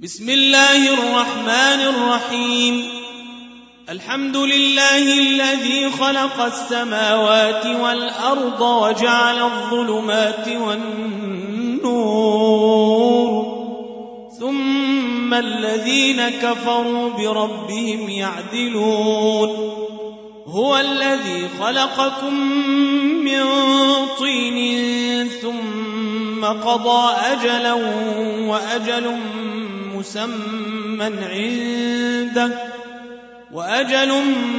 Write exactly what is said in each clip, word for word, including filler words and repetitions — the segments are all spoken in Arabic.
بسم الله الرحمن الرحيم. الحمد لله الذي خلق السماوات والأرض وجعل الظلمات والنور ثم الذين كفروا بربهم يعدلون. هو الذي خلقكم من طين ثم قضى أجلا وأجل مسمى عنده وأجل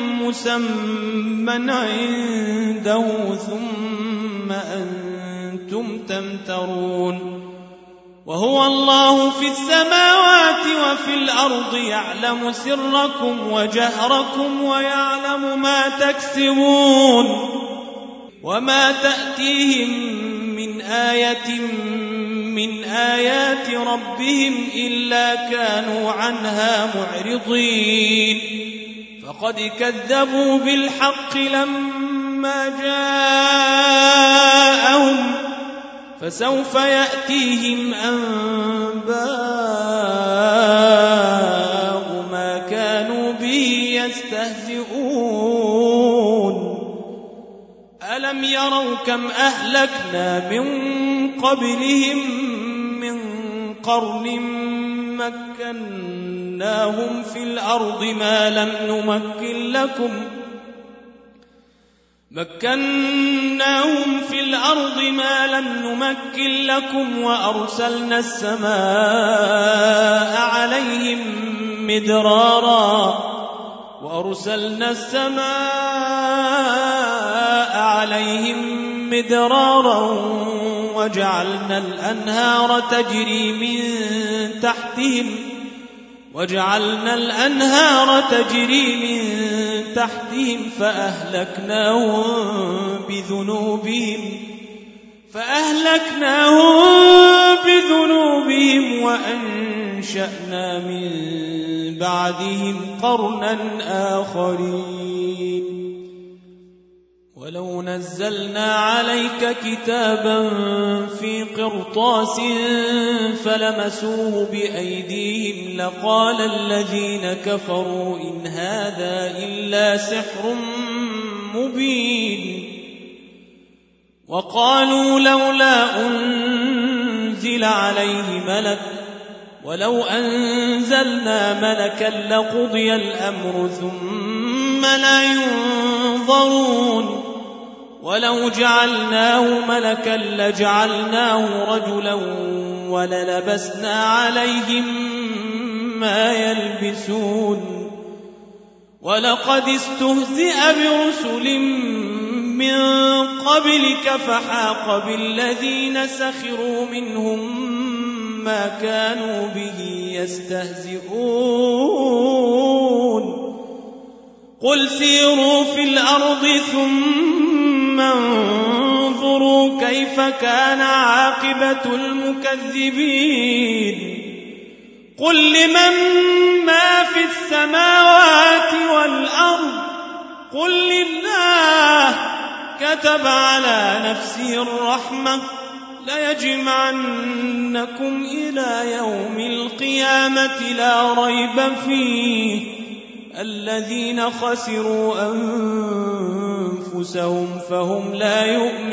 مسمى عنده ثم أنتم تمترون. وهو الله في السماوات وفي الأرض يعلم سركم وجهركم ويعلم ما تكسبون. وما تأتيهم من آية من آيات ربهم إلا كانوا عنها معرضين. فقد كذبوا بالحق لما جاءهم فسوف يأتيهم أنباء ما كانوا به يستهزئون. ألم يروا كم أهلكنا من قبلهم من قرن مكناهم في الأرض ما لم نمكن لكم مكناهم في الأرض ما لم نمكن لكم وأرسلنا السماء عليهم مدرارا وأرسلنا السماء عليهم مدرارا وجعلنا الأنهار تجري من تحتهم وجعلنا الأنهار تجري من تحتهم فأهلكناهم بذنوبهم فأهلكناهم بذنوبهم وأنشأنا من بعدهم قرنا آخرين. ولو نزلنا عليك كتابا في قرطاس فلمسوه بأيديهم لقال الذين كفروا إن هذا إلا سحر مبين. وقالوا لولا أنزل عليه ملك ولو أنزلنا ملكا لقضي الأمر ثم لا ينظرون. ولو جعلناه ملكا لجعلناه رجلا وللبسنا عليهم ما يلبسون. ولقد استهزئ برسل من قبلك فحاق بالذين سخروا منهم ما كانوا به يستهزئون. قل سيروا في الأرض ثم انظروا كيف كان عاقبة المكذبين. قل لمن ما في السماوات والأرض قل لله كتب على نفسه الرحمة ليجمعنكم إلى يوم القيامة لا ريب فيه الذين خسروا أنفسهم فهم لا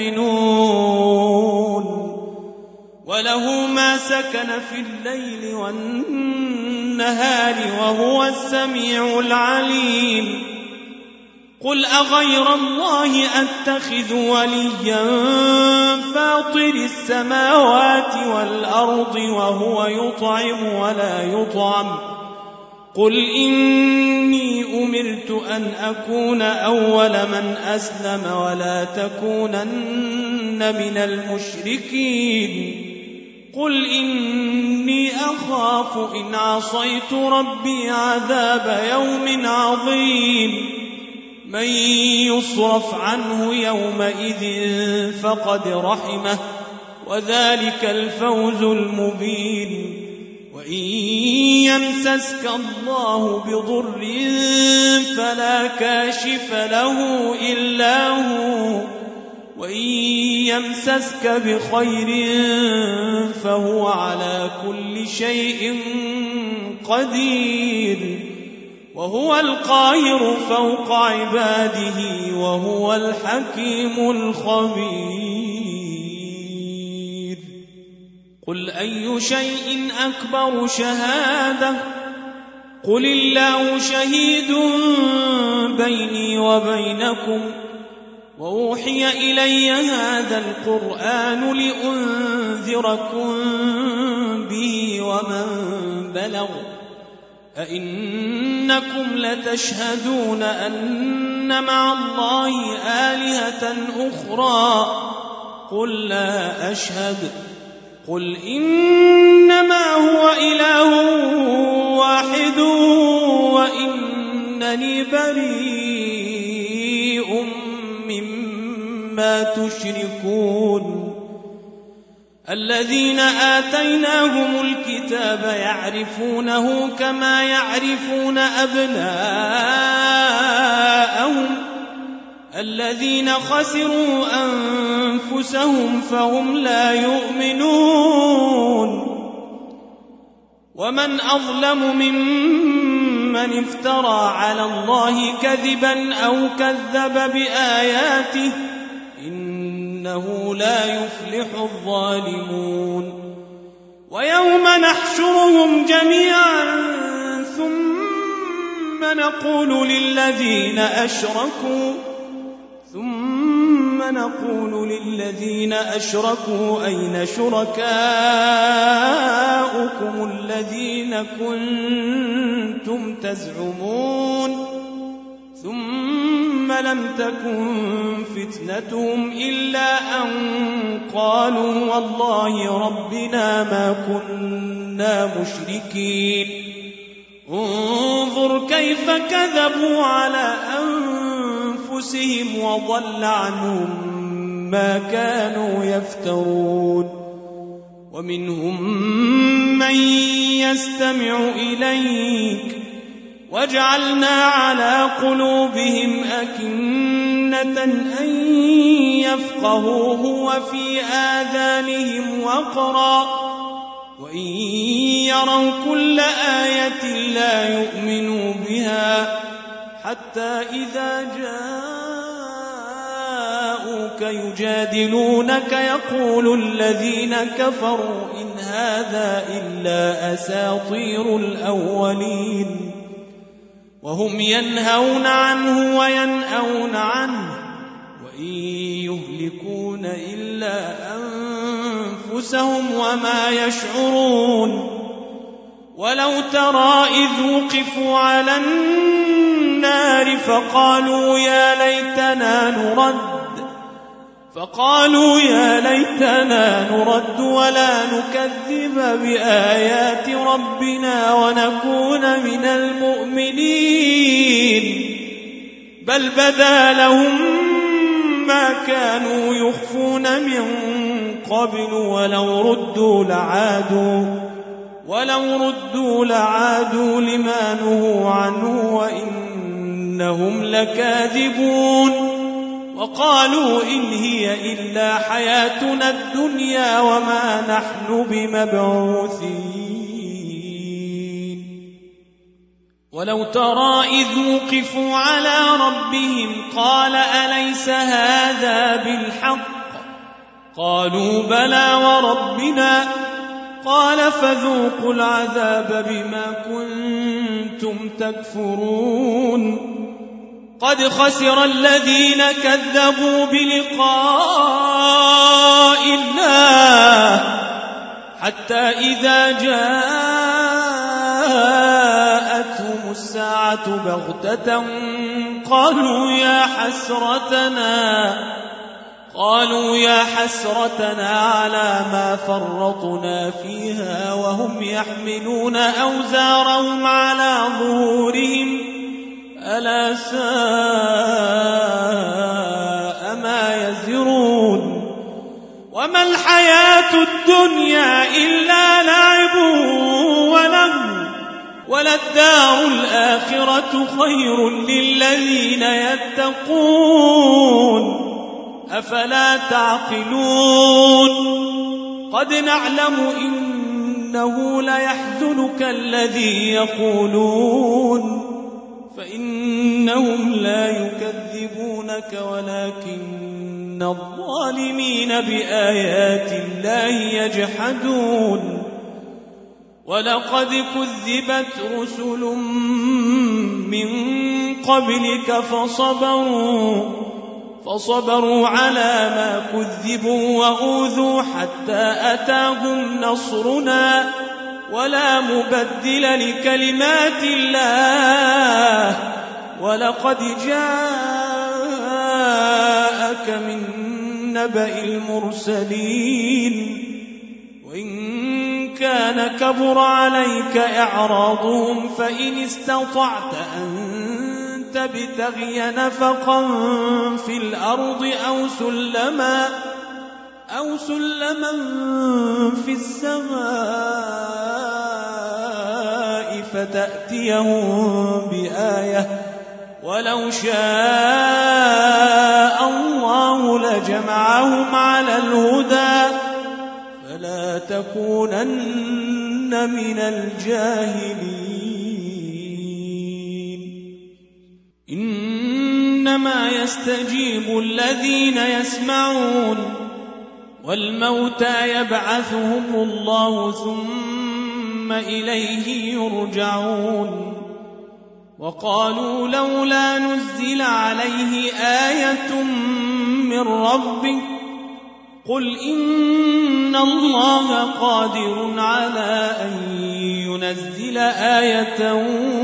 يؤمنون. وله ما سكن في الليل والنهار وهو السميع العليم. قل أغير الله أتخذ وليا فاطر السماوات والأرض وهو يطعم ولا يطعم. قل إني أمرت أن أكون أول من أسلم ولا تكونن من المشركين. قل إني أخاف إن عصيت ربي عذاب يوم عظيم. من يصرف عنه يومئذ فقد رحمه وذلك الفوز المبين. وإن يمسسك الله بضر فلا كاشف له إلا هو وإن يمسسك بخير فهو على كل شيء قدير وهو القاهر فوق عباده وهو الحكيم الخبير. قل أي شيء أكبر شهادة قل الله شهيد بيني وبينكم وأوحي إلي هذا القرآن لأنذركم به ومن بلغ أئنكم لتشهدون أن مع الله آلهة أخرى قل لا أشهد قل إنما هو إله واحد وإنني بريء مما تشركون. الذين آتيناهم الكتاب يعرفونه كما يعرفون أبناءهم الذين خسروا أنفسهم فهم لا يؤمنون. ومن أظلم ممن افترى على الله كذبا أو كذب بآياته إنه لا يفلح الظالمون. ويوم نحشرهم جميعا ثم نقول للذين أشركوا ثم نقول للذين أشركوا أين شركاؤكم الذين كنتم تزعمون ثم لم تكن فتنتهم إلا أن قالوا والله ربنا ما كنا مشركين. انظر كيف كذبوا على أنفسهم وضل عنهم ما كانوا يفترون. ومنهم من يستمع إليك وجعلنا على قلوبهم أكنة أن يفقهوه وفي آذانهم وقرا وإن يروا كل آية لا يؤمنوا بها حتى إذا جاءوك يجادلونك يقول الذين كفروا إن هذا إلا أساطير الأولين وهم ينهون عنه وينأون عنه وإن يهلكون إلا أنفسهم وما يشعرون. ولو ترى إذ وقفوا على النار فقالوا يا ليتنا نرد فقالوا يا ليتنا نرد ولا نكذب بآيات ربنا ونكون من المؤمنين بل بدا لهم ما كانوا يخفون من قبل ولو ردوا لعادوا ولو ردوا لعادوا لما نهوا عنه وإنهم لكاذبون. وقالوا إن هي إلا حياتنا الدنيا وما نحن بمبعوثين. ولو ترى إذ وقفوا على ربهم قال أليس هذا بالحق قالوا بلى وربنا قال فذوقوا العذاب بما كنتم تكفرون. قد خسر الذين كذبوا بلقاء الله حتى إذا جاءتهم الساعة بغتة قالوا يا حسرتنا قالوا يا حسرتنا على ما فرطنا فيها وهم يحملون أوزارهم على ظهورهم ألا ساء ما يزرون. وما الحياة الدنيا إلا لعب ولهو وللدار الآخرة خير للذين يتقون أفلا تعقلون. قد نعلم إن وإنه ليحزنك الذي يقولون فإنهم لا يكذبونك ولكن الظالمين بآيات الله يجحدون ولقد كذبت رسل من قبلك فصبروا فصبروا على ما كذبوا وأوذوا حتى أتاهم نصرنا ولا مبدل لكلمات الله ولقد جاءك من نبأ المرسلين وإن كان كبر عليك إعراضهم فإن استطعت أن تبتغي نفقا في الأرض أو سلما أو سلما في السماء فتأتيهم بآية ولو شاء الله لجمعهم على الهدى فلا تكونن من الجاهلين إنما يستجيب الذين يسمعون والموتى يبعثهم الله ثم إليه يرجعون وقالوا لولا نزل عليه آية من ربه قل إن الله قادر على أن ينزل آية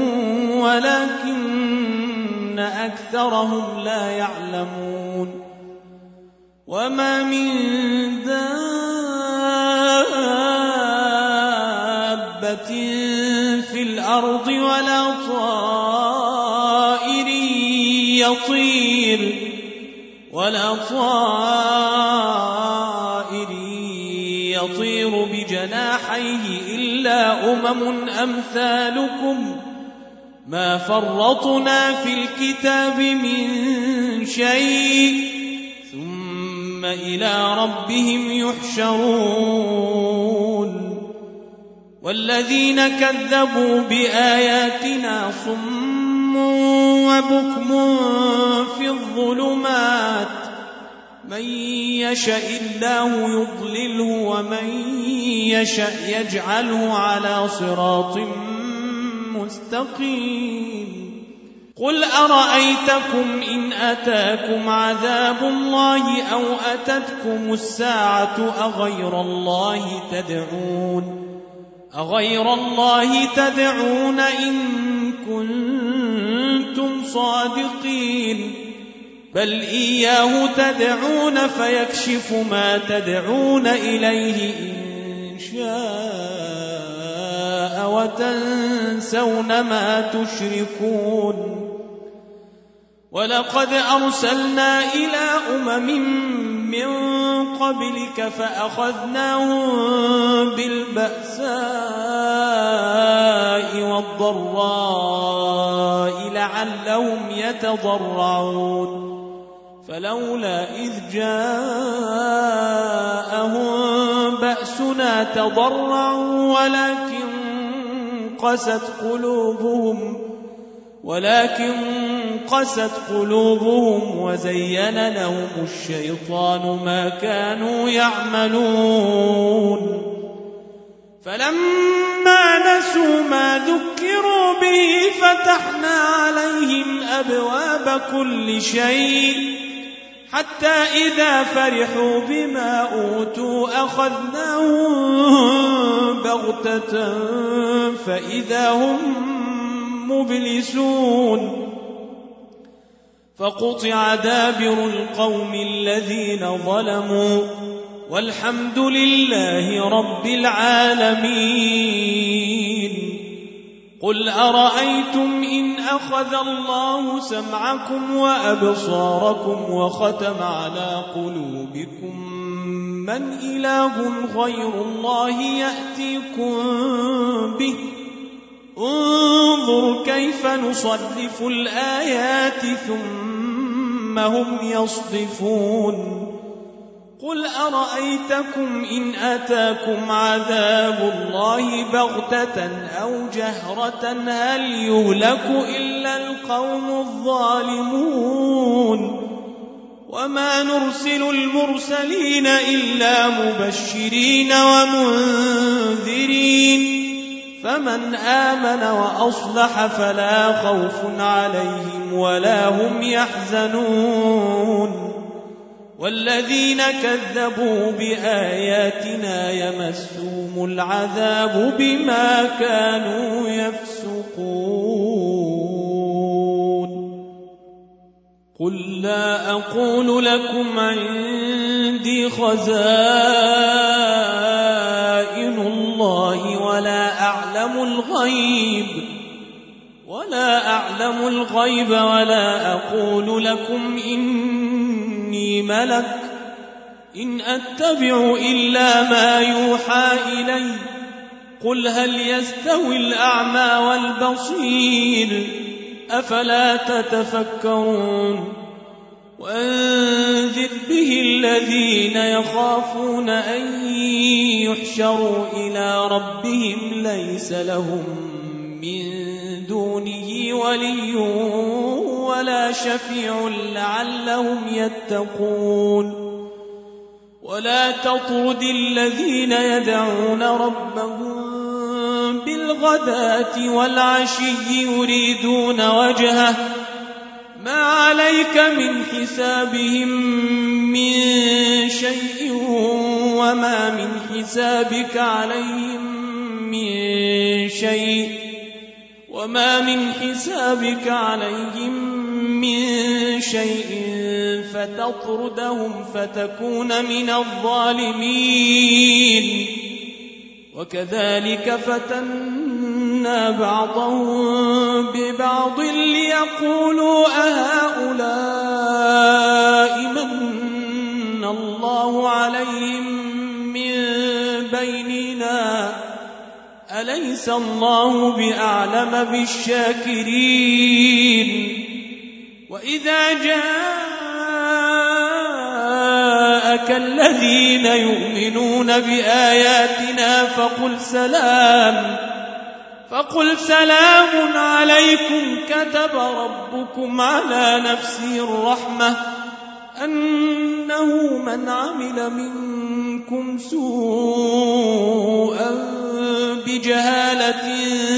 ولكن أكثرهم لا يعلمون وما من دابة في الأرض ولا طائر يطير ولا طائر يطير بجناحيه إلا أمم أمثالكم ما فرطنا في الكتاب من شيء ثم إلى ربهم يحشرون والذين كذبوا بآياتنا صم وبكم في الظلمات من يشاء الله يضلله ومن يشاء يجعله على صراط مستقيم قل أرأيتكم إن أتاكم عذاب الله أو أتتكم الساعة أغير الله تدعون أغير الله تدعون إن كنتم صادقين بل إياه تدعون فيكشف ما تدعون إليه إن شاء وتنسون ما تشركون ولقد أرسلنا إلى أمم من قبلك فأخذناهم بالبأساء والضراء لعلهم يتضرعون فلولا إذ جاءهم بأسنا تضرعوا ولكن قست قلوبهم ولكن قست قلوبهم وزين لهم الشيطان ما كانوا يعملون فلما نسوا ما ذكروا به فتحنا عليهم أبواب كل شيء حتى إذا فرحوا بما أوتوا أخذناهم بغتة فإذا هم مبلسون فقطع دابر القوم الذين ظلموا والحمد لله رب العالمين قل أرأيتم إن أخذ الله سمعكم وأبصاركم وختم على قلوبكم من إله غير الله يأتيكم به انظر كيف نصرف الآيات ثم هم يصدفون قل أرأيتكم إن أتاكم عذاب الله بغتة أو جهرة هل يهلك إلا القوم الظالمون وما نرسل المرسلين إلا مبشرين ومنذرين فمن آمن وأصلح فلا خوف عليهم ولا هم يحزنون والذين كذبوا بآياتنا يمسهم العذاب بما كانوا يفسقون قل لا أقول لكم عندي خزائن الله ولا أعلم الغيب ولا أعلم الغيب ولا أقول لكم إني ملك إن أتبع إلا ما يوحى إلي قل هل يستوي الأعمى والبصير أفلا تتفكرون وأنذر به الذين يخافون أن يحشروا إلى ربهم ليس لهم من دونه ولي ولا شفيع لعلهم يتقون ولا تطرد الذين يدعون ربهم بالغداة والعشي يريدون وجهه ما عليك من حسابهم من شيء وما من حسابك عليهم من شيء وما من حسابك عليهم من شيء فتطردهم فتكون من الظالمين وكذلك فتنا بعضهم ببعض ليقولوا أهؤلاء من الله عليهم من بيننا أليس الله بأعلم بالشاكرين وإذا جاءك الذين يؤمنون بآياتنا فقل سلام فقل سلام عليكم كتب ربكم على نفسه الرحمة أنه من عمل منكم سوءا بجهالة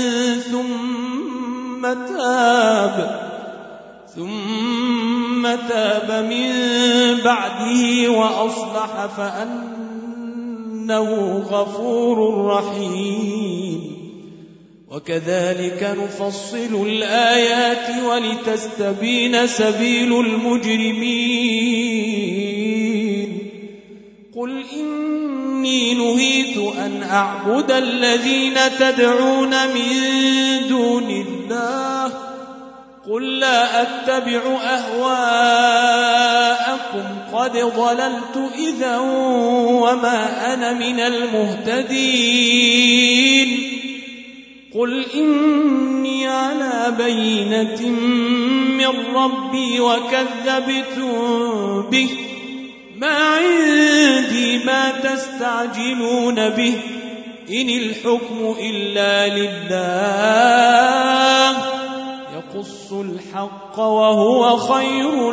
ثم تاب ثم تاب من بعده وأصلح فأنه غفور رحيم وكذلك نفصل الآيات ولتستبين سبيل المجرمين قل إني نهيت أن أعبد الذين تدعون من دون الله قل لا أتبع أهواءكم قد ضللت إذا وما أنا من المهتدين قل إني على بينة من ربي وكذبتم به ما عندي ما تستعجلون به إن الحكم إلا لله يقص الحق وهو خير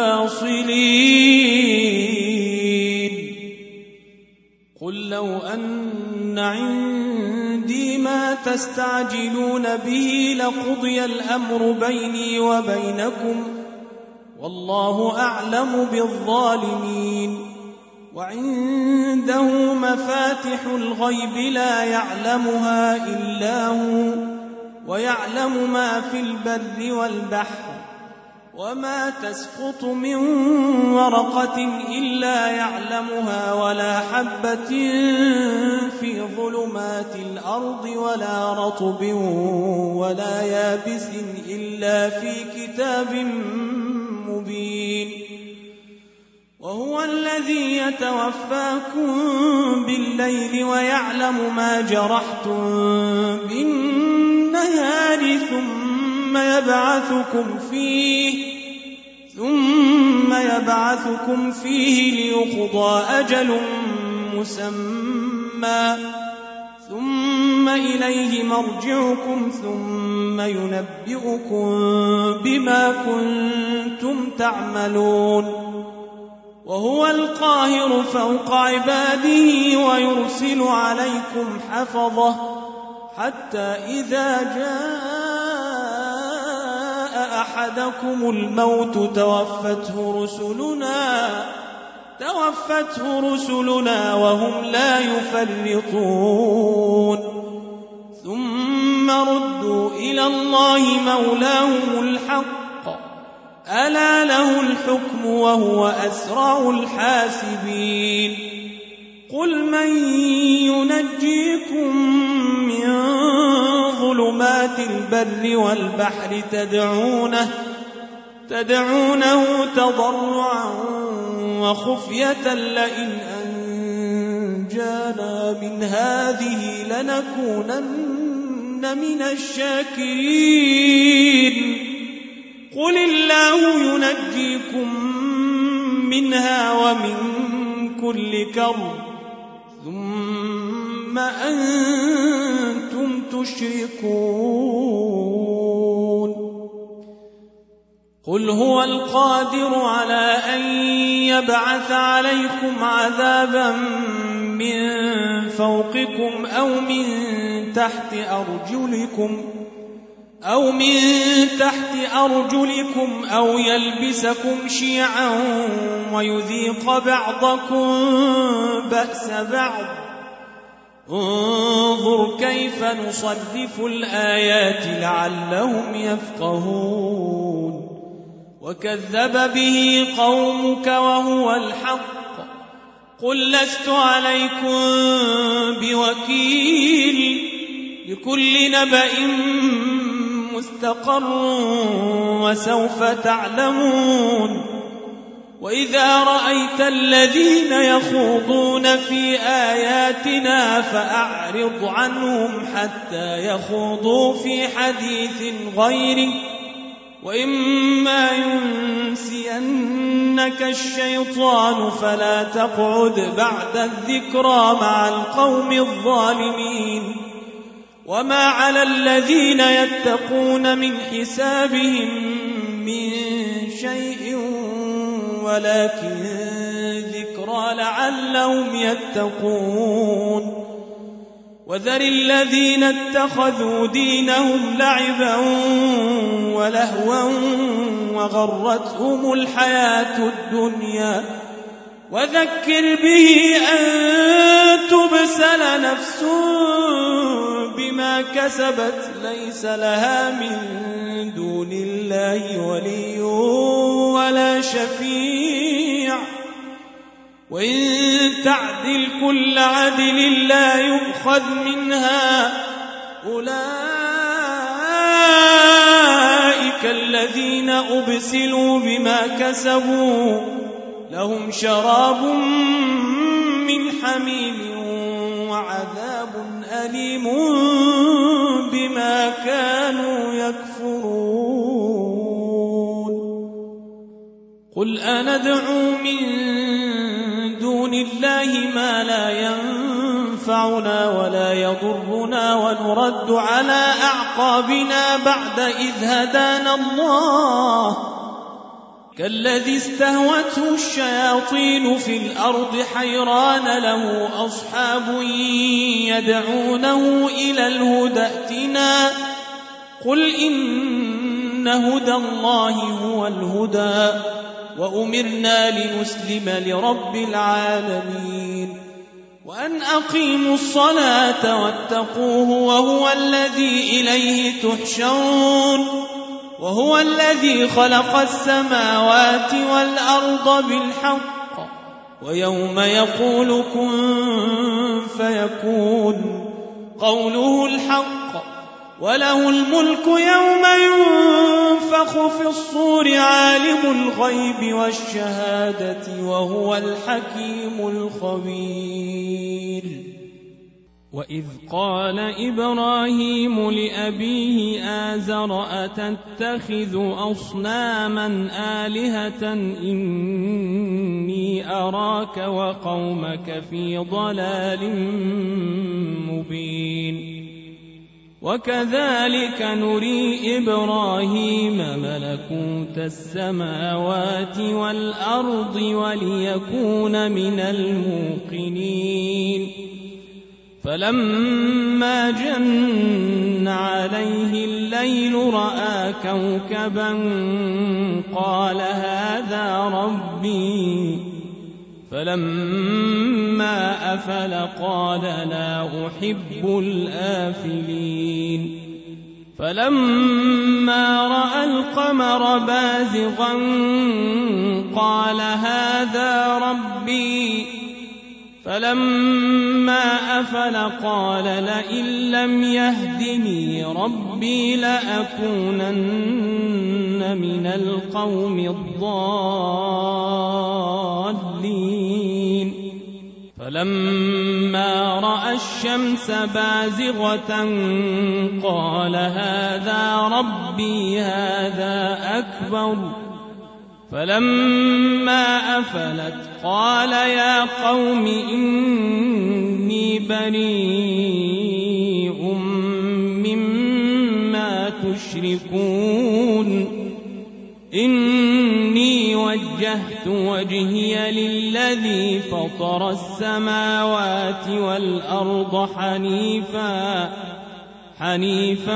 الفاصلين قل لو أن عندي ما تستعجلون به لقضي الأمر بيني وبينكم والله أعلم بالظالمين وعنده مفاتح الغيب لا يعلمها إلا هو ويعلم ما في البر والبحر وما تسقط من ورقة إلا يعلمها ولا حبة في ظلمات الأرض ولا رطب ولا يابس إلا في كتاب مبين وهو الذي يتوفاكم بالليل ويعلم ما جرحتم بالنهار ثم يبعثكم فيه ثم يبعثكم فيه ليقضى أجل مسمى ثم إليه مرجعكم ثم ينبئكم بما كنتم تعملون وهو القاهر فوق عباده ويرسل عليكم حفظة حتى إذا جاء أحدكم الموت توفته رسلنا توفته رسلنا وهم لا يفرطون ثم ردوا إلى الله مولاهم الحق ألا له الحكم وهو أسرع الحاسبين قل من ينجيكم من ظلمات البر والبحر تدعونه تدعونه تضرعا وخفية لئن أنجانا من هذه لنكونن من الشاكرين قل الله ينجيكم منها ومن كل كرب ثم أنتم تشركون قل هو القادر على أن يبعث عليكم عذابا من فوقكم أو من تحت أرجلكم أو من تحت أرجلكم أو يلبسكم شيعا ويذيق بعضكم بأس بعض انظر كيف نصرف الآيات لعلهم يفقهون وكذب به قومك وهو الحق قل لست عليكم بوكيل لكل نبأ مستقر وسوف تعلمون وإذا رأيت الذين يخوضون في آياتنا فأعرض عنهم حتى يخوضوا في حديث غيره وإما ينسينك الشيطان فلا تقعد بعد الذكرى مع القوم الظالمين وما على الذين يتقون من حسابهم من شيء ولكن ذكرى لعلهم يتقون وذر الذين اتخذوا دينهم لعبا ولهوا وغرتهم الحياة الدنيا وذكر به أن تبسل نفس بما كسبت ليس لها من دون الله ولي ولا شفيع وإن تعدل كل عدل لا يؤخذ منها أولئك الذين أبسلوا بما كسبوا لهم شراب من حميم وعذاب أليم بما كانوا يكفرون قل أندعو من دون الله ما لا ينفعنا ولا يضرنا ونرد على أعقابنا بعد إذ هدانا الله كالذي استهوته الشياطين في الأرض حيران له أصحاب يدعونه إلى الهدى ائتنا قل إن هدى الله هو الهدى وأمرنا لنسلم لرب العالمين وأن أقيموا الصلاة واتقوه وهو الذي إليه تحشرون وهو الذي خلق السماوات والأرض بالحق ويوم يقول كن فيكون قوله الحق وله الملك يوم ينفخ في الصور عالم الغيب والشهادة وهو الحكيم الخبير وإذ قال إبراهيم لأبيه آزر أتتخذ أصناما آلهة إني أراك وقومك في ضلال مبين وكذلك نري إبراهيم ملكوت السماوات والأرض وليكون من الموقنين فلما جن عليه الليل رأى كوكبا قال هذا ربي فلما أفل قال لا أحب الآفلين فلما رأى القمر بازغا قال هذا ربي فلما أفل قال لئن لم يهدني ربي لأكونن من القوم الضالين فلما رأى الشمس بازغة قال هذا ربي هذا أكبر فلما أفلت قال يا قوم إني بريء مما تشركون إني وجهت وجهي للذي فطر السماوات والأرض حنيفا حنيفا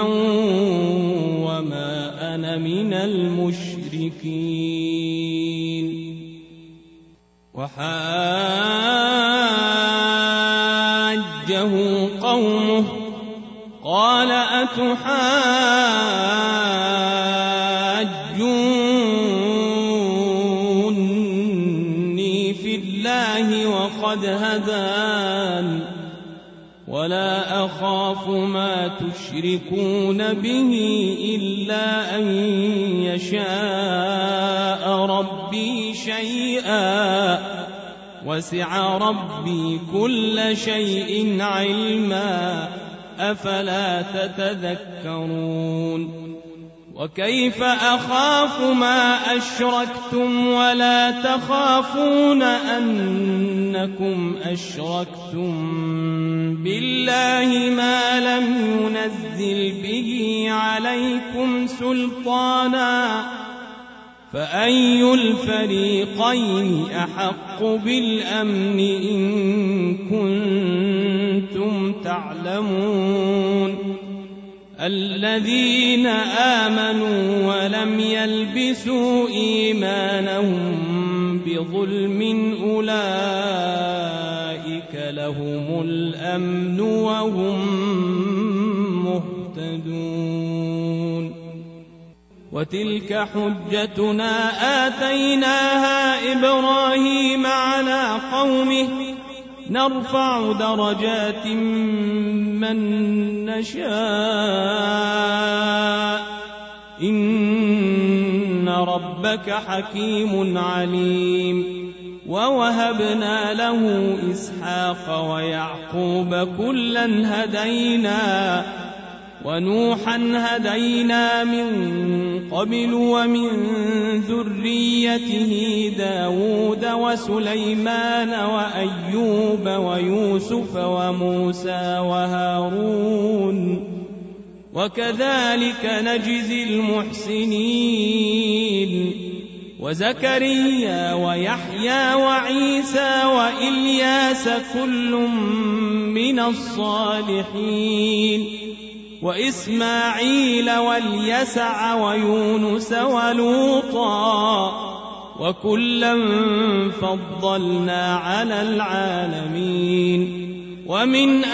وما أنا من المشركين وحاجه قومه قال أتحاجوني في الله وقد هدان ولا أخاف ما تشركون به إلا أن يشاء ربي شيئا وسع ربي كل شيء علما أفلا تتذكرون وكيف أخاف ما أشركتم ولا تخافون أنكم أشركتم بالله ما لم ينزل به عليكم سلطانا فأي الفريقين أحق بالأمن إن كنتم تعلمون الذين آمنوا ولم يلبسوا إيمانهم بظلم أولئك لهم الأمن وهم مهتدون وتلك حجتنا آتيناها إبراهيم على قومه نرفع درجات من نشاء إن ربك حكيم عليم ووهبنا له إسحاق ويعقوب كلا هدينا ونوحا هدينا من قبل ومن ذريته داود وسليمان وأيوب ويوسف وموسى وهارون وكذلك نجزي المحسنين وزكريا ويحيى وعيسى وإلياس كل من الصالحين وإسماعيل واليسع ويونس ولوطا وكلا فضلنا على العالمين ومن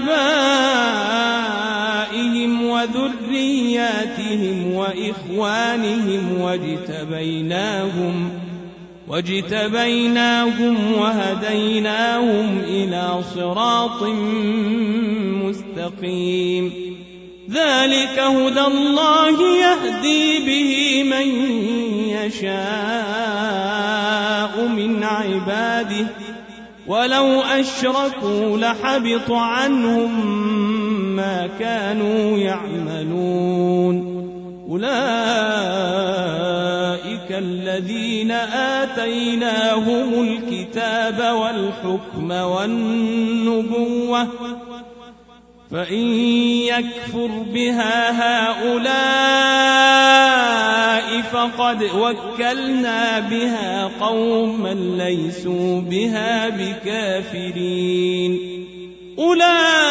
آبائهم وذرياتهم وإخوانهم واجتبيناهم واجتبيناهم وهديناهم إلى صراط مستقيم ذلك هدى الله يهدي به من يشاء من عباده ولو أشركوا لحبط عنهم ما كانوا يعملون أولئك الذين آتيناهم الكتاب والحكم والنبوة فإن يكفر بها هؤلاء فقد وكلنا بها قوما ليسوا بها بكافرين أولئك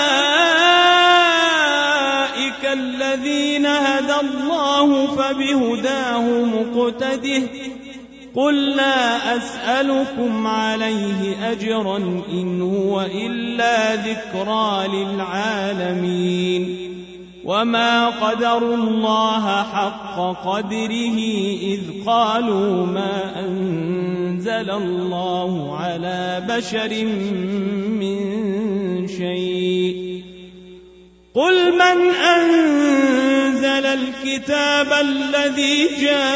الذين هدى الله فبهداه مقتده قل لا أسألكم عليه أجرا إن هو إلا ذكرى للعالمين وما قدروا الله حق قدره إذ قالوا ما أنزل الله على بشر من شيء قل من أنزل الكتاب الذي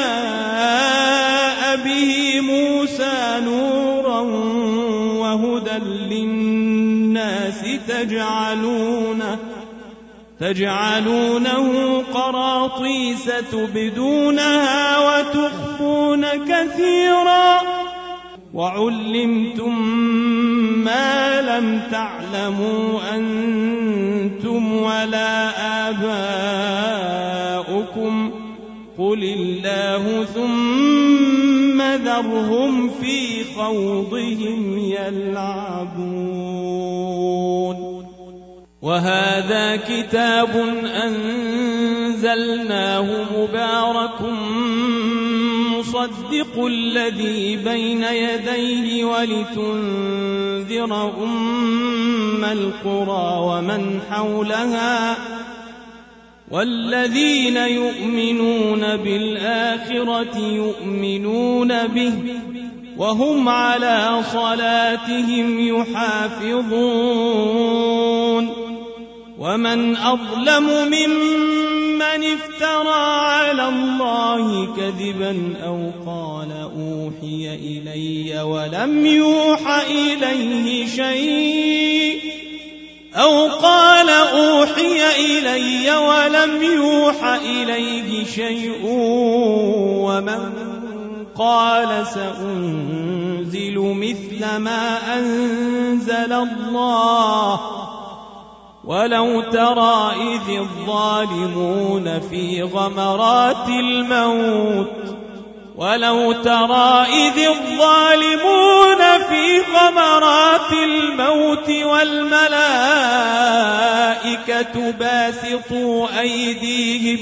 جاء به موسى نورا وهدى للناس تجعلونه تجعلونه قراطيس تبدونها وتخفون كثيرا وعلمتم ما لم تعلموا أنتم ولا آباؤكم قل الله ثم ذرهم في خوضهم يلعبون وهذا كتاب أنزلناه مبارك مصدق الذي بين يديه ولتنذر أم القرى ومن حولها والذين يؤمنون بالآخرة يؤمنون به وهم على صلاتهم يحافظون ومن أظلم ممن افترى على الله كذبا أو قال أوحي إلي ولم يوحى إليه شيء أو قال أوحي إلي ولم يوحى إليه شيء ومن قال سأنزل مثل ما أنزل الله ولو ترى إذ الظالمون في غمرات الموت ولو ترى إذ الظالمون في غمرات الموت والملائكة باسطوا أيديهم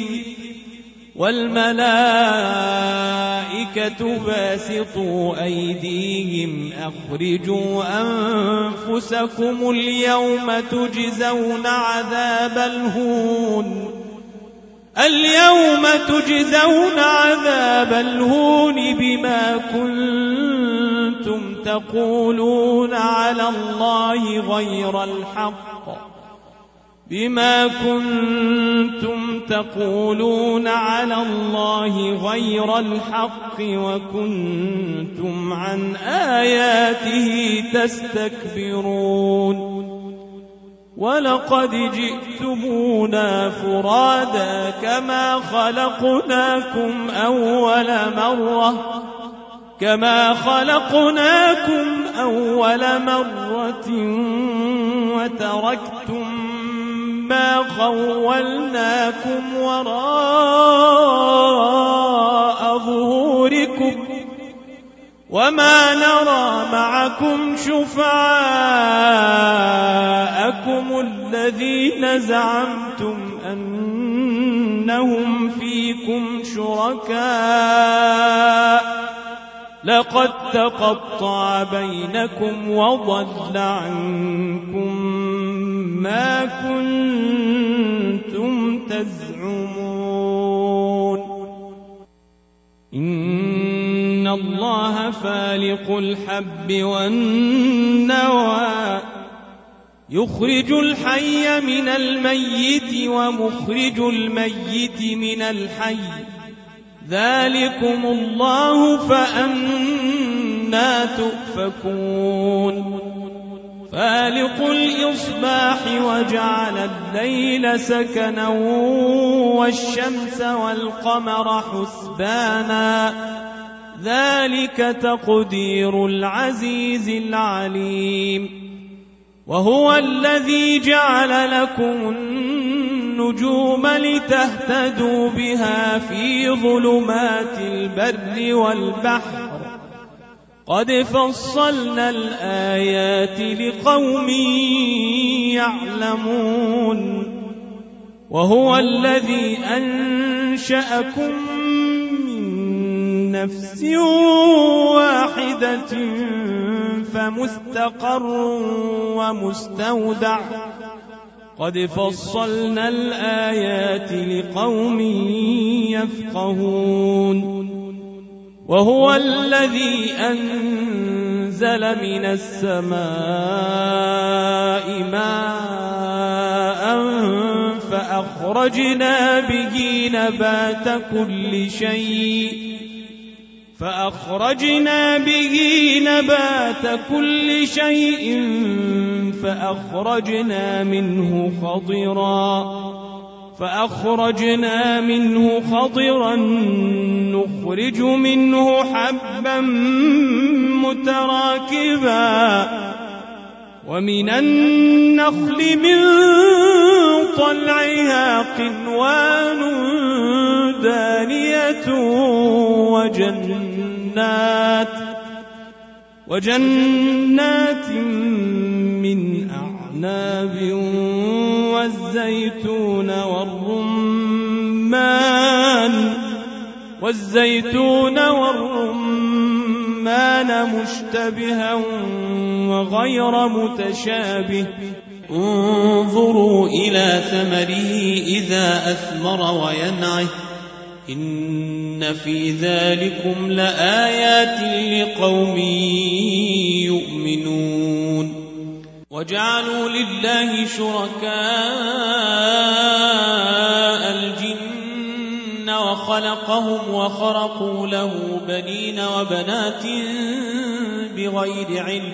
والملائكة باسطوا أيديهم أخرجوا أنفسكم اليوم تجزون عذاب الهون اليوم تجزون عذاب الهون بما كنتم تقولون على الله غير الحق بما كنتم تقولون على الله غير الحق وكنتم عن آياته تستكبرون ولقد جئتمونا فرادا كما خلقناكم أول مرة كما خلقناكم أول مرة وتركتم ما خولناكم وراء ظهوركم وما نرى معكم شفعاءكم الذين زعمتم أنهم فيكم شركاء لقد تقطع بينكم وضل عنكم ما كنتم تزعمون إن الله فالق الحب والنوى يخرج الحي من الميت ومخرج الميت من الحي ذلكم الله فأنى تؤفكون فالق الإصباح وجعل الليل سكنا والشمس والقمر حسبانا ذلك تقدير العزيز العليم وهو الذي جعل لكم النجوم لتهتدوا بها في ظلمات البر والبحر قد فصلنا الآيات لقوم يعلمون وهو الذي أنشأكم من نفس واحدة فمستقر ومستودع قد فصلنا الآيات لقوم يفقهون وهو الذي أنزل من السماء ماء فأخرجنا به نبات كل شيء فأخرجنا به نبات كل شيء فأخرجنا منه خضرا فأخرجنا منه خضرا نخرج منه حبا متراكبا ومن النخل من طلعها قنوان دانية وجنات وجنات من أعناب والزيتون والرمان والزيتون والرمان مشتبها وغير متشابه انظروا إلى ثمره إذا أثمر وينعه إن في ذلكم لآيات لقوم يؤمنون وجعلوا لله شركاء الجن وخلقهم وخرقوا له بنين وبنات بغير علم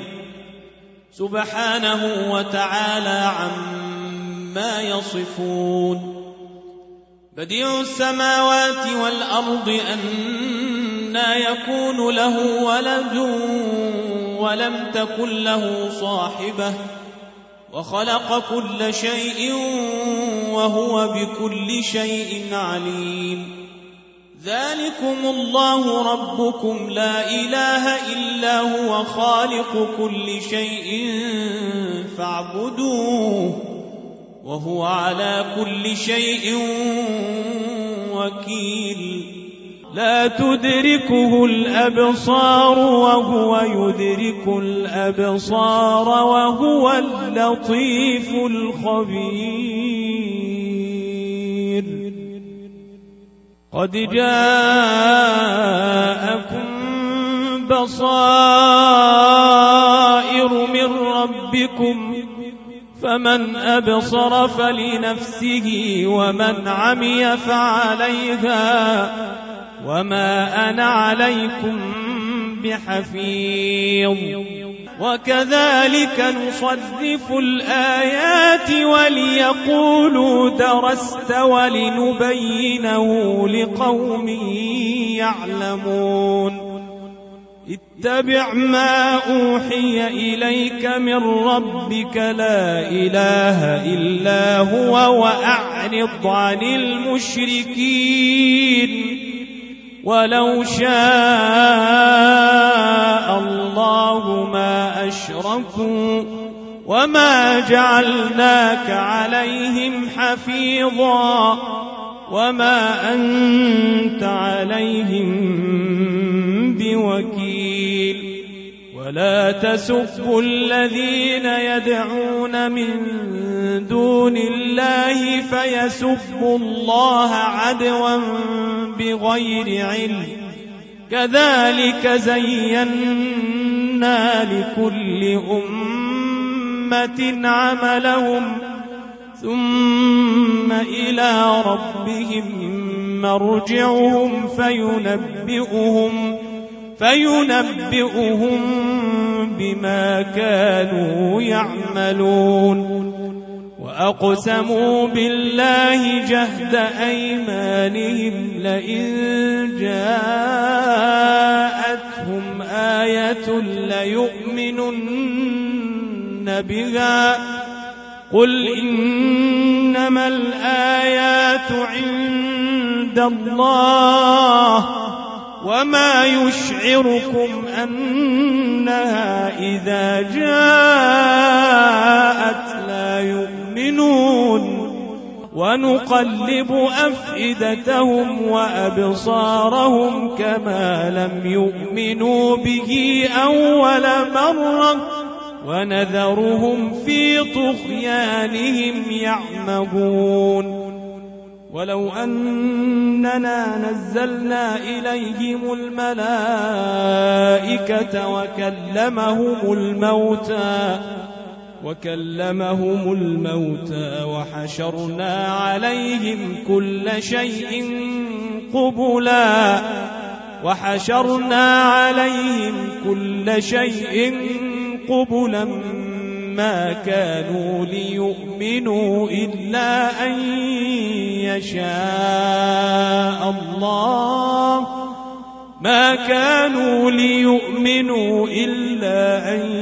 سبحانه وتعالى عما يصفون بديع السماوات والأرض أنى يكون له ولد ولم تكن له صاحبة وخلق كل شيء وهو بكل شيء عليم ذلكم الله ربكم لا إله إلا هو خالق كل شيء فاعبدوه وهو على كل شيء وكيل لا تدركه الأبصار وهو يدرك الأبصار وهو اللطيف الخبير قد جاءكم بصائر من ربكم فمن أبصر فلنفسه ومن عمي فعليها وما أنا عليكم بحفيظ وكذلك نصرف الآيات وليقولوا درست ولنبينه لقوم يعلمون اتبع ما أوحي إليك من ربك لا إله إلا هو وأعرض عن المشركين ولو شاء الله ما أشركوا وما جعلناك عليهم حفيظا وما أنت عليهم بوكيل ولا تسبوا الذين يدعون من دون الله فيسبوا الله عدوا بغير علم كذلك زينا لكل أمة عملهم ثم إلى ربهم مرجعهم فينبئهم فينبئهم بما كانوا يعملون وأقسموا بالله جهد أيمانهم لئن جاءتهم آية ليؤمنن بها قل إنما الآيات عند الله وما يشعركم أنها إذا جاءت لا يؤمنون ونقلب أفئدتهم وأبصارهم كما لم يؤمنوا به أول مرة ونذرهم في طغيانهم يعمهون ولو أننا نزلنا إليهم الملائكة وكلمهم الموتى وكلمهم الموتى وحشرنا عليهم كل شيء قبلا وحشرنا عليهم كل شيء قبلا ما كانوا ليؤمنوا إلا أن يشاء الله ما كانوا ليؤمنوا إلا أن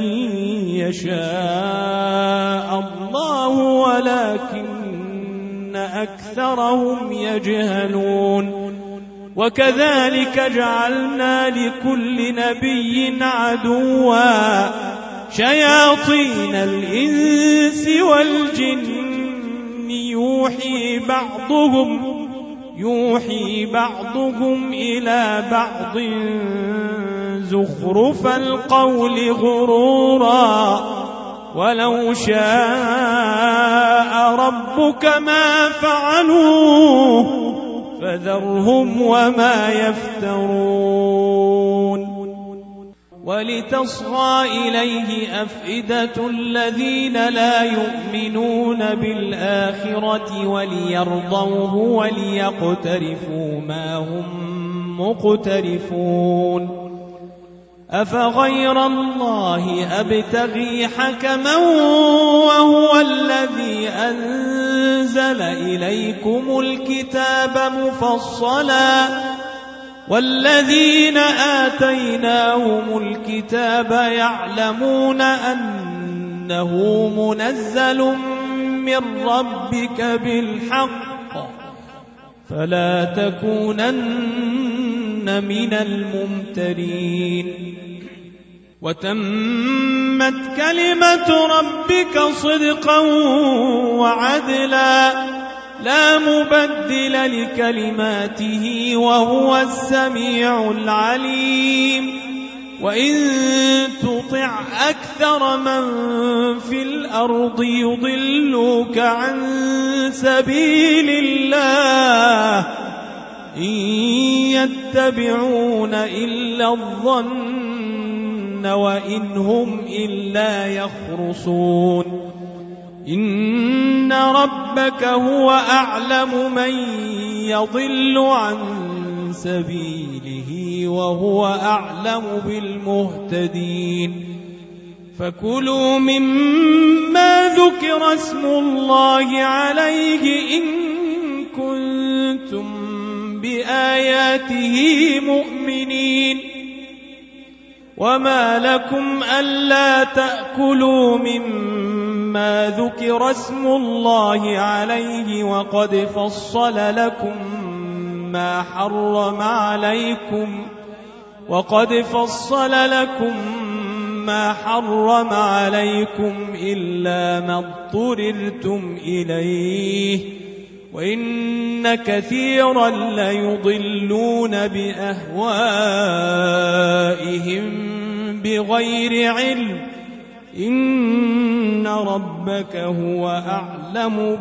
يشاء الله ولكن أكثرهم يجهلون وكذلك جعلنا لكل نبي عدوا شياطين الإنس والجن يوحي بعضهم يوحي بعضهم إلى بعض زخرف القول غرورا ولو شاء ربك ما فعلوه فذرهم وما يفترون ولتصغى إليه أفئدة الذين لا يؤمنون بالآخرة وليرضوه وليقترفوا ما هم مقترفون أفغير الله أبتغي حكما وهو الذي أنزل إليكم الكتاب مفصلا والذين آتيناهم الكتاب يعلمون أنه منزل من ربك بالحق فلا تكونن من الممترين وتمت كلمة ربك صدقا وعدلا لا مبدل لكلماته وهو السميع العليم وإن تطع أكثر من في الأرض يضلوك عن سبيل الله إن يتبعون إلا الظن وإن هم إلا يخرصون إن ربك هو أعلم من يضل عن سبيله وهو أعلم بالمهتدين فكلوا مما ذكر اسم الله عليه إن كنتم بآياته مؤمنين وما لكم ألا تأكلوا مما ذكر اسم الله عليه وقد فصل لكم ما حرم عليكم وقد فصل لكم ما حرم عليكم إلا ما اضطررتم إليه وإن كثيرا ليضلون بأهوائهم بغير علم إن ربك هو أعلم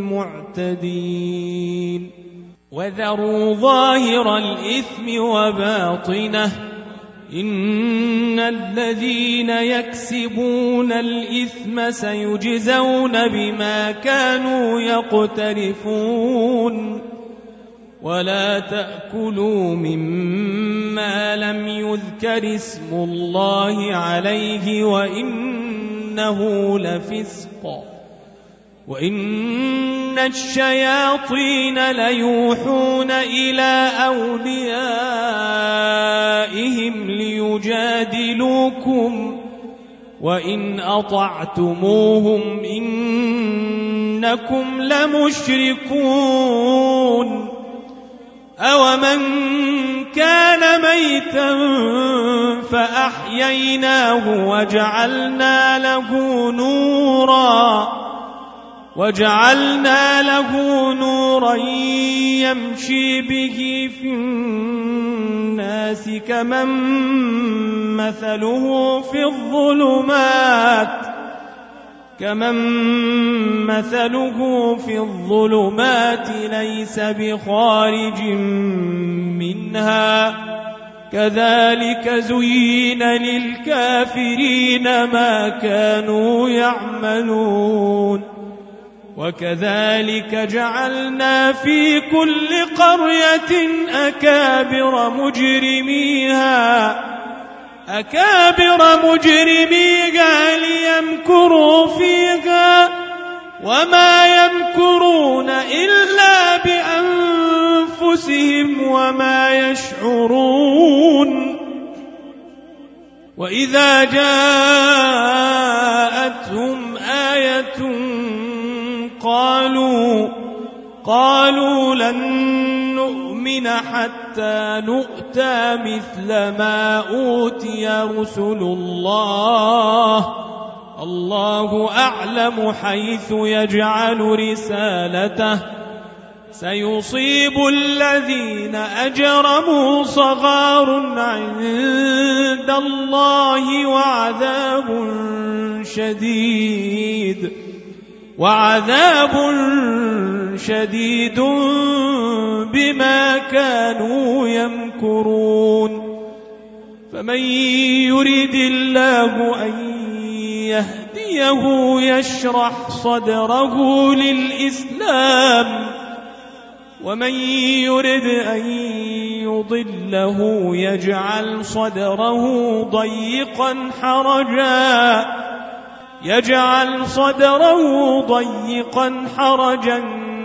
بالمعتدين وذروا ظاهر الإثم وباطنه إن الذين يكسبون الإثم سيجزون بما كانوا يقترفون ولا تأكلوا مما لم يذكر اسم الله عليه وإنه لفسق وإن الشياطين ليوحون إلى أوليائهم ليجادلوكم وإن أطعتموهم إنكم لمشركون أومن كان ميتا فأحييناه وجعلنا له نورا وجعلنا له نورا يمشي به في الناس كمن مثله في الظلمات كمن مثله في الظلمات ليس بخارج منها كذلك زين للكافرين ما كانوا يعملون وكذلك جعلنا في كل قرية أكابر مجرميها أكابر مجرميها ليمكروا فيها وما يمكرون إلا بأنفسهم وما يشعرون وإذا جاءتهم آية قالوا قالوا لن نؤمن حتى نؤتى مثل ما أوتي رسل الله الله أعلم حيث يجعل رسالته سيصيب الذين أجرموا صغار عند الله وعذاب شديد وعذاب شديد بما كانوا يمكرون فمن يريد الله أن يهديه يشرح صدره للإسلام ومن يرد أن يضله يجعل صدره ضيقا حرجا يجعل صدره ضيقا حرجا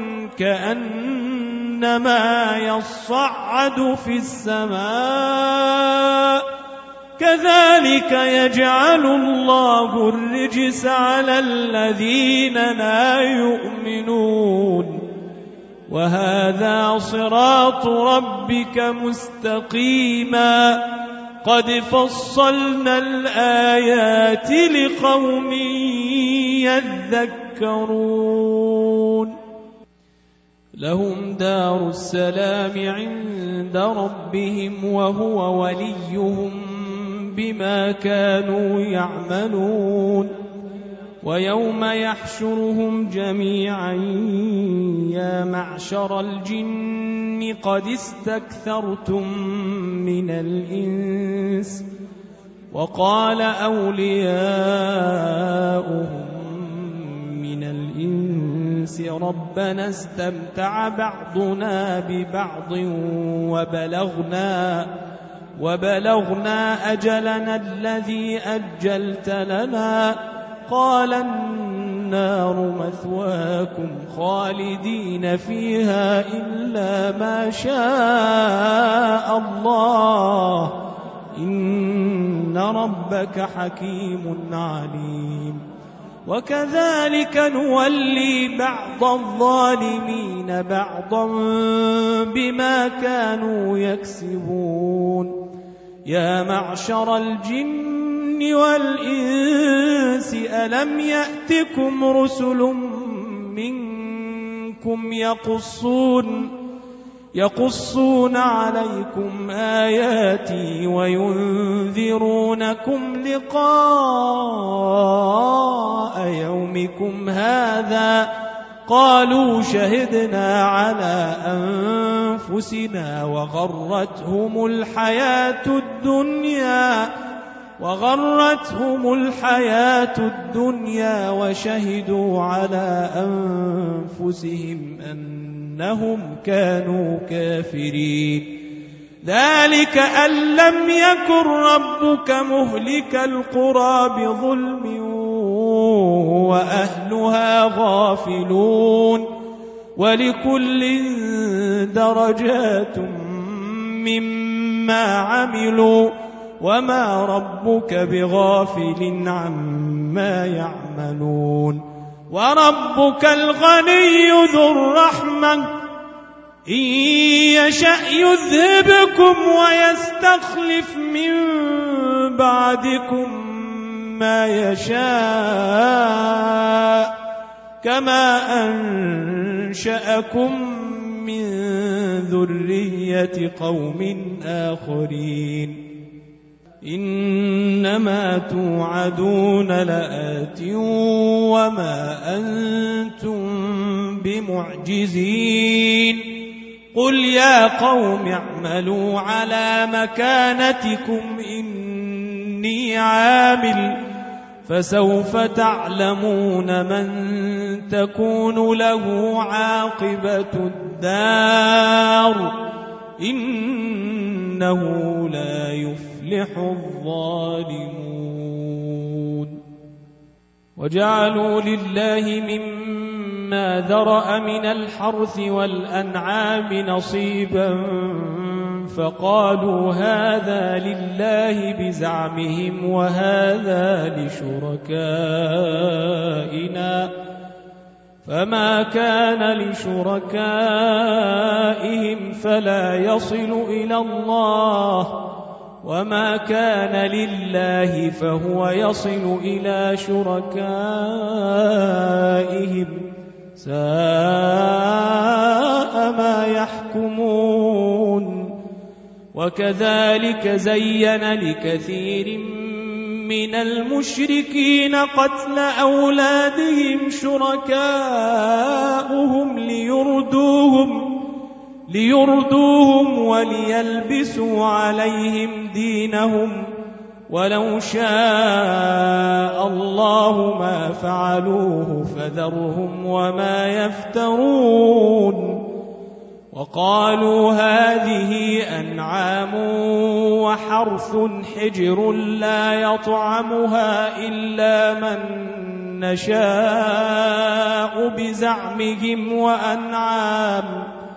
كأنما يصعد في السماء كذلك يجعل الله الرجس على الذين لا يؤمنون وهذا صراط ربك مستقيما قد فصلنا الآيات لقوم يذكرون لهم دار السلام عند ربهم وهو وليهم بما كانوا يعملون ويوم يحشرهم جميعا يا معشر الجن قد استكثرتم من الإنس وقال أولياؤهم من الإنس ربنا استمتع بعضنا ببعض وبلغنا وبلغنا أجلنا الذي أجلت لنا قال النار مثواكم خالدين فيها إلا ما شاء الله إن ربك حكيم عليم وكذلك نولي بعض الظالمين بعضا بما كانوا يكسبون يا معشر الجن والإنس ألم يأتكم رسل منكم يقصون يقصون عليكم آياتي وينذرونكم لقاء يومكم هذا قالوا شهدنا على أنفسنا وغرتهم الحياة الدنيا وغرتهم الحياة الدنيا وشهدوا على أنفسهم أن إنهم كانوا كافرين. ذلك أن لم يكن ربك مهلك القرى بظلم وأهلها غافلون ولكل درجات مما عملوا وما ربك بغافل عما يعملون. وربك الغني ذو الرحمة إن يشأ يذهبكم ويستخلف من بعدكم ما يشاء كما أنشأكم من ذرية قوم آخرين. إنما توعدون لآت وما أنتم بمعجزين. قل يا قوم اعملوا على مكانتكم إني عامل فسوف تعلمون من تكون له عاقبة الدار إنه لا يفلح الظالمون. وجعلوا لله مما ذرأ من الحرث والأنعام نصيبا فقالوا هذا لله بزعمهم وهذا لشركائنا فما كان لشركائهم فلا يصل إلى الله وما كان لله فهو يصل إلى شركائهم ساء ما يحكمون. وكذلك زين لكثير من المشركين قتل أولادهم شركاؤهم ليردوهم ليردوهم وليلبسوا عليهم دينهم ولو شاء الله ما فعلوه فذرهم وما يفترون. وقالوا هذه أنعام وحرث حجر لا يطعمها إلا من نشاء بزعمهم وأنعام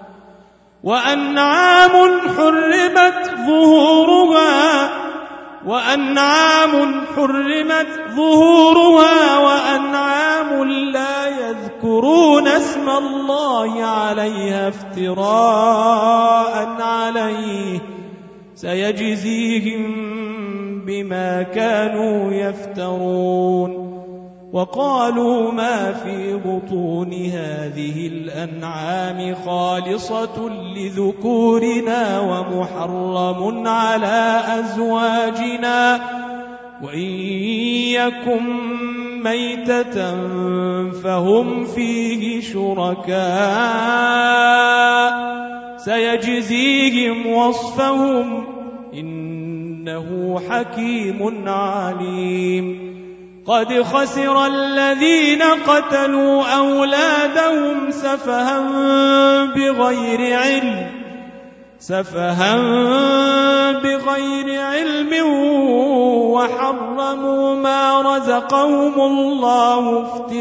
وأنعام حرمت ظهورها وأنعام حرمت ظهورها وأنعام لا يذكرون اسم الله عليها افتراء عليه سيجزيهم بما كانوا يفترون. وقالوا ما في بطون هذه الأنعام خالصة لذكورنا ومحرم على أزواجنا وإن يكن ميتة فهم فيه شركاء سيجزيهم وصفهم إنه حكيم عليم. قد خسر الذين قتلوا أولادهم سفها بغير علم سفها بغير علم وحرموا ما رزقهم الله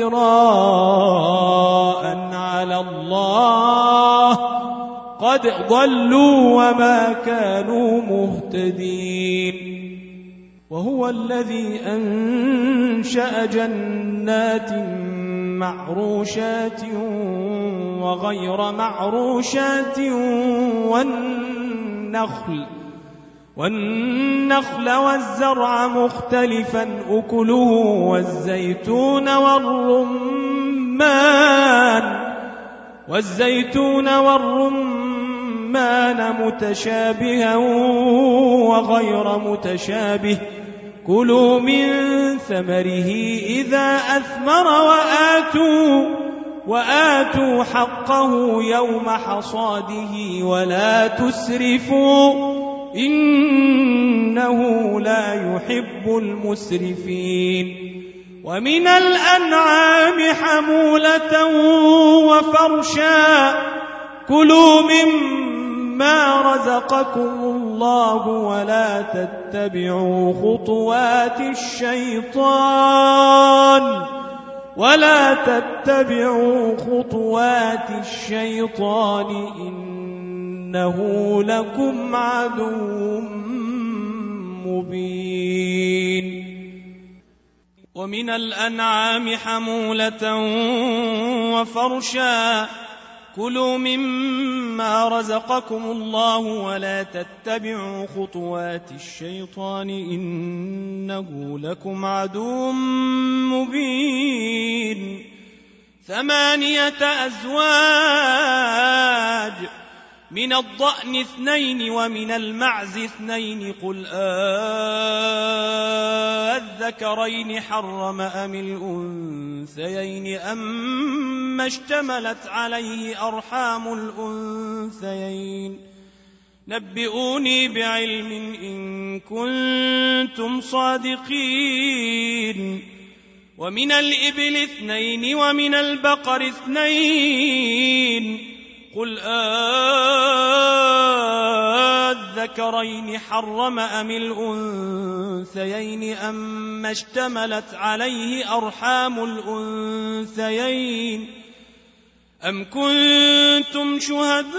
افتراء على الله قد ضلوا وما كانوا مهتدين. وهو الذي أنشأ جنات معروشات وغير معروشات والنخل والنخل والزرع مختلفا أكله والزيتون والرمان والزيتون والرمان متشابها وغير متشابه كلوا من ثمره إذا أثمر وآتوا وآتوا حقه يوم حصاده ولا تسرفوا إنه لا يحب المسرفين. ومن الأنعام حمولة وفرشا كلوا مما رزقكم الله ولا تتبعوا خطوات الشيطان ولا تتبعوا خطوات الشيطان إنه لكم عدو مبين. ومن الأنعام حمولة وفرشا كلوا مما رزقكم الله ولا تتبعوا خطوات الشيطان إنه لكم عدو مبين. ثمانية أزواج من الضأن اثنين ومن المعز اثنين قل أذكرين حرم أم الأنثيين أما اشتملت عليه أرحام الأنثيين نبئوني بعلم إن كنتم صادقين. ومن الإبل اثنين ومن البقر اثنين قل أذكرين حرم أم الأنثيين أما اشتملت عليه أرحام الأنثيين أم كنتم شهداء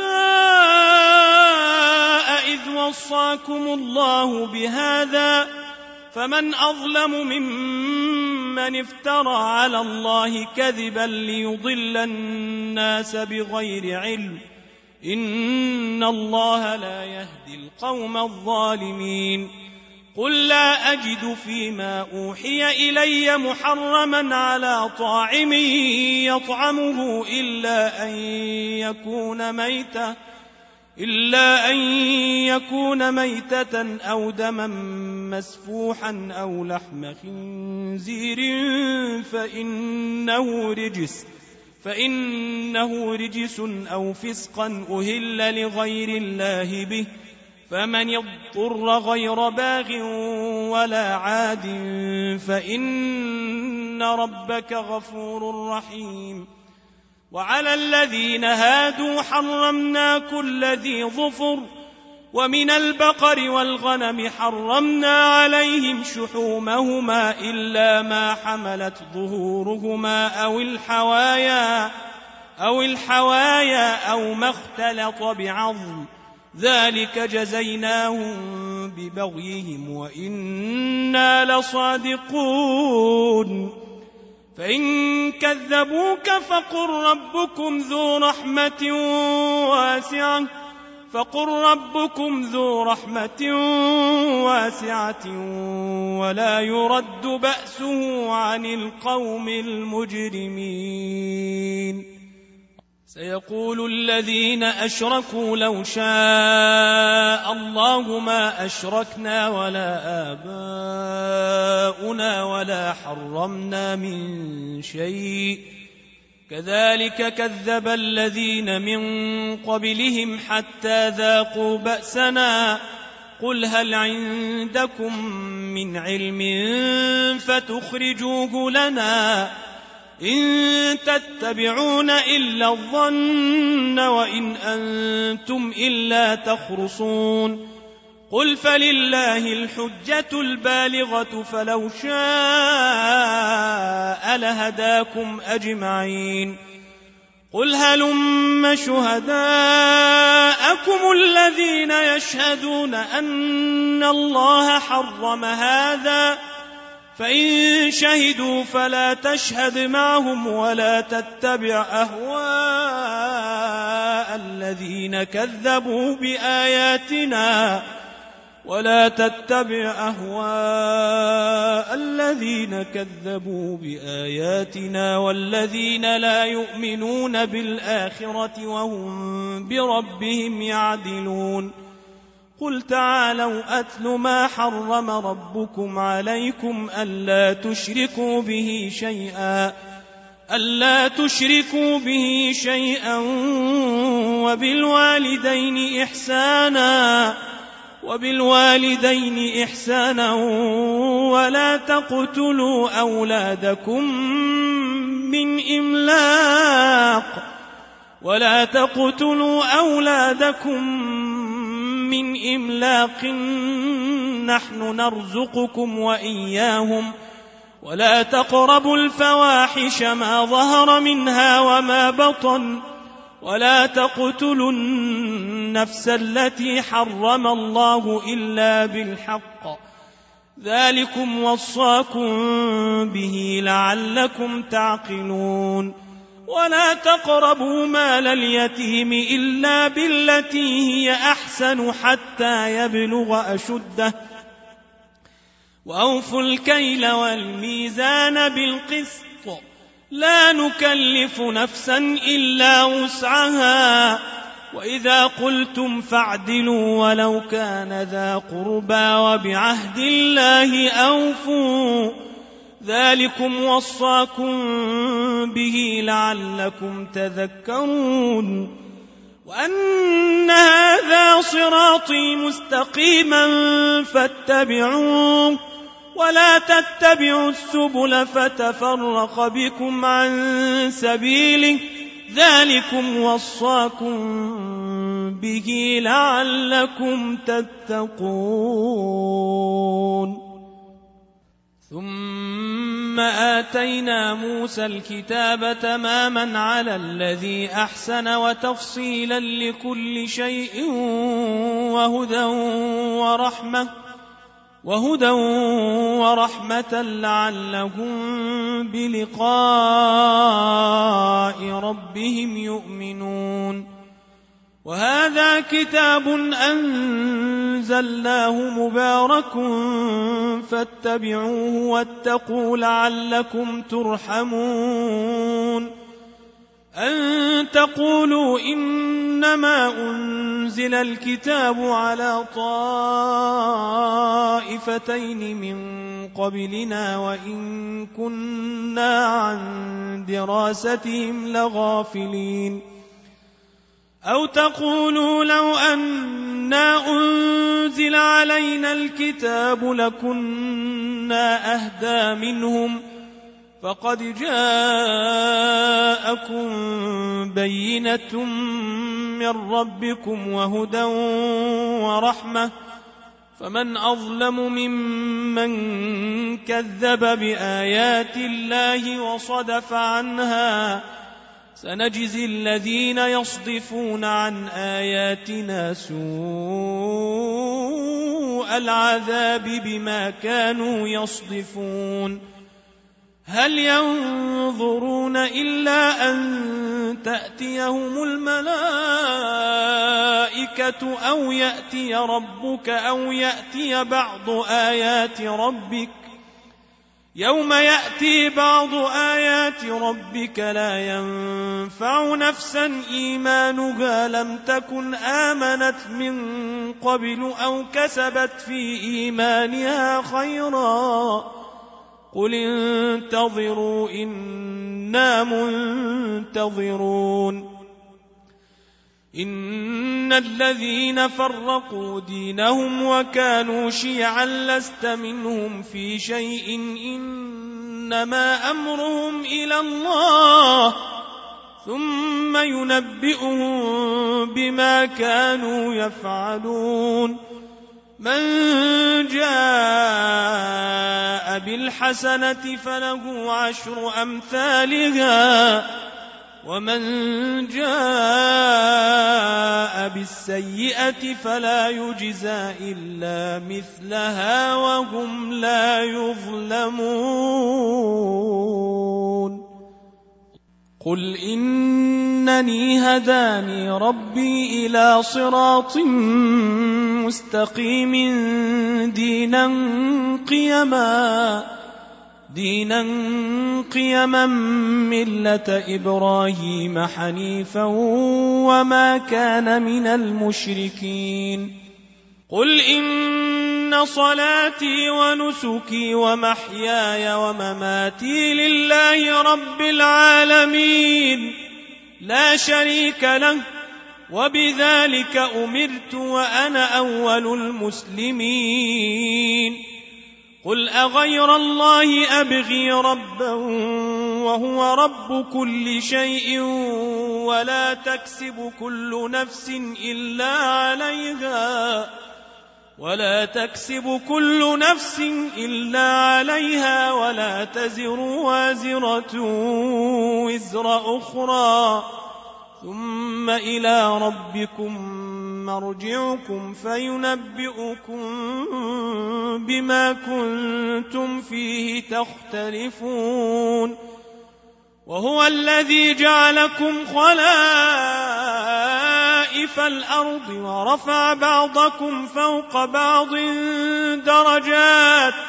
إذ وصاكم الله بهذا فمن أظلم ممن افترى على الله كذبا ليضل الناس بغير علم إن الله لا يهدي القوم الظالمين. قل لا أجد فيما أوحي إلي محرما على طاعم يطعمه إلا أن يكون ميتة إلا أن يكون ميتة أو دما مسفوحا أو لحم خنزير فإنه رجس فإنه رجس أو فسقا أهل لغير الله به فمن يضطر غير باغ ولا عاد فإن ربك غفور رحيم. وعلى الذين هادوا حرمنا كل ذي ظفر ومن البقر والغنم حرمنا عليهم شحومهما إلا ما حملت ظهورهما أو الحوايا أو الحوايا أو ما اختلط بعظم ذلك جزيناهم ببغيهم وإنا لصادقون. فإن كذبوك فقل ربكم ذو رحمة واسعة فقل ربكم ذو رحمة واسعة ولا يرد بأسه عن القوم المجرمين. سيقول الذين أشركوا لو شاء الله ما أشركنا ولا آباؤنا ولا حرمنا من شيء كذلك كذب الذين من قبلهم حتى ذاقوا بأسنا قل هل عندكم من علم فتخرجوه لنا إن تتبعون إلا الظن وإن أنتم إلا تخرصون. قل فلله الحجة البالغة فلو شاء لهداكم أجمعين. قل هلم شهداءكم الذين يشهدون أن الله حرم هذا فإن شهدوا فلا تشهد معهم ولا تتبع أهواء الذين كذبوا بآياتنا ولا تتبع أهواء الذين كذبوا بآياتنا والذين لا يؤمنون بالآخرة وهم بربهم يعدلون. قل تعالوا أتل ما حرم ربكم عليكم ألا تشركوا به شيئا ألا تشركوا به شيئا وبالوالدين إحسانا وبالوالدين إحسانا ولا تقتلوا أولادكم من إملاق ولا تقتلوا أولادكم من إملاق نحن نرزقكم وإياهم ولا تقربوا الفواحش ما ظهر منها وما بطن ولا تقتلوا النفس التي حرم الله إلا بالحق ذلكم وصاكم به لعلكم تعقلون ولا تقربوا مال اليتيم إلا بالتي هي أحسن حتى يبلغ أشده وأوفوا الكيل والميزان بالقسط لا نكلف نفسا إلا وسعها وإذا قلتم فاعدلوا ولو كان ذا قربى وبعهد الله أوفوا ذلكم وصاكم به لعلكم تذكرون وأن هذا صراطي مستقيما فاتبعوه ولا تتبعوا السبل فتفرق بكم عن سبيله ذلكم وصاكم به لعلكم تتقون ثم آتينا موسى الكتاب تماما على الذي أحسن وتفصيلا لكل شيء وهدى ورحمة وهدى ورحمة لعلهم بلقاء ربهم يؤمنون وهذا كتاب أنزلناه مبارك فاتبعوه واتقوا لعلكم ترحمون أن تقولوا إنما أنزل الكتاب على طائفتين من قبلنا وإن كنا عن دراستهم لغافلين أو تقولوا لو أنا أنزل علينا الكتاب لكنا أهدى منهم فقد جاءكم بينة من ربكم وهدى ورحمة فمن أظلم ممن كذب بآيات الله وصدف عنها سنجزي الذين يصدفون عن آياتنا سوء العذاب بما كانوا يصدفون هل ينظرون إلا أن تأتيهم الملائكة أو يأتي ربك أو يأتي بعض آيات ربك يوم يأتي بعض آيات ربك لا ينفع نفسا إيمانها لم تكن آمنت من قبل أو كسبت في إيمانها خيرا قل انتظروا إنا منتظرون إن الذين فرقوا دينهم وكانوا شيعا لست منهم في شيء إنما أمرهم إلى الله ثم ينبئهم بما كانوا يفعلون من جاء بالحسنة فله عشر أمثالها ومن جاء بالسيئة فلا يجزى إلا مثلها وهم لا يظلمون قل إنني هداني ربي إلى صراط مستقيم دينا قيما دينا قيما ملة إبراهيم حنيفا وما كان من المشركين قل إن صلاتي ونسكي ومحياي ومماتي لله رب العالمين لا شريك له وبذلك أمرت وأنا أول المسلمين قل أغير الله أبغي ربا وهو رب كل شيء ولا تكسب كل نفس إلا عليها ولا تكسب كل نفس إلا عليها ولا تزر وازرة وزر أخرى ثم إلى ربكم مرجعكم فينبئكم بما كنتم فيه تختلفون وهو الذي جعلكم خلائف الأرض ورفع بعضكم فوق بعض درجات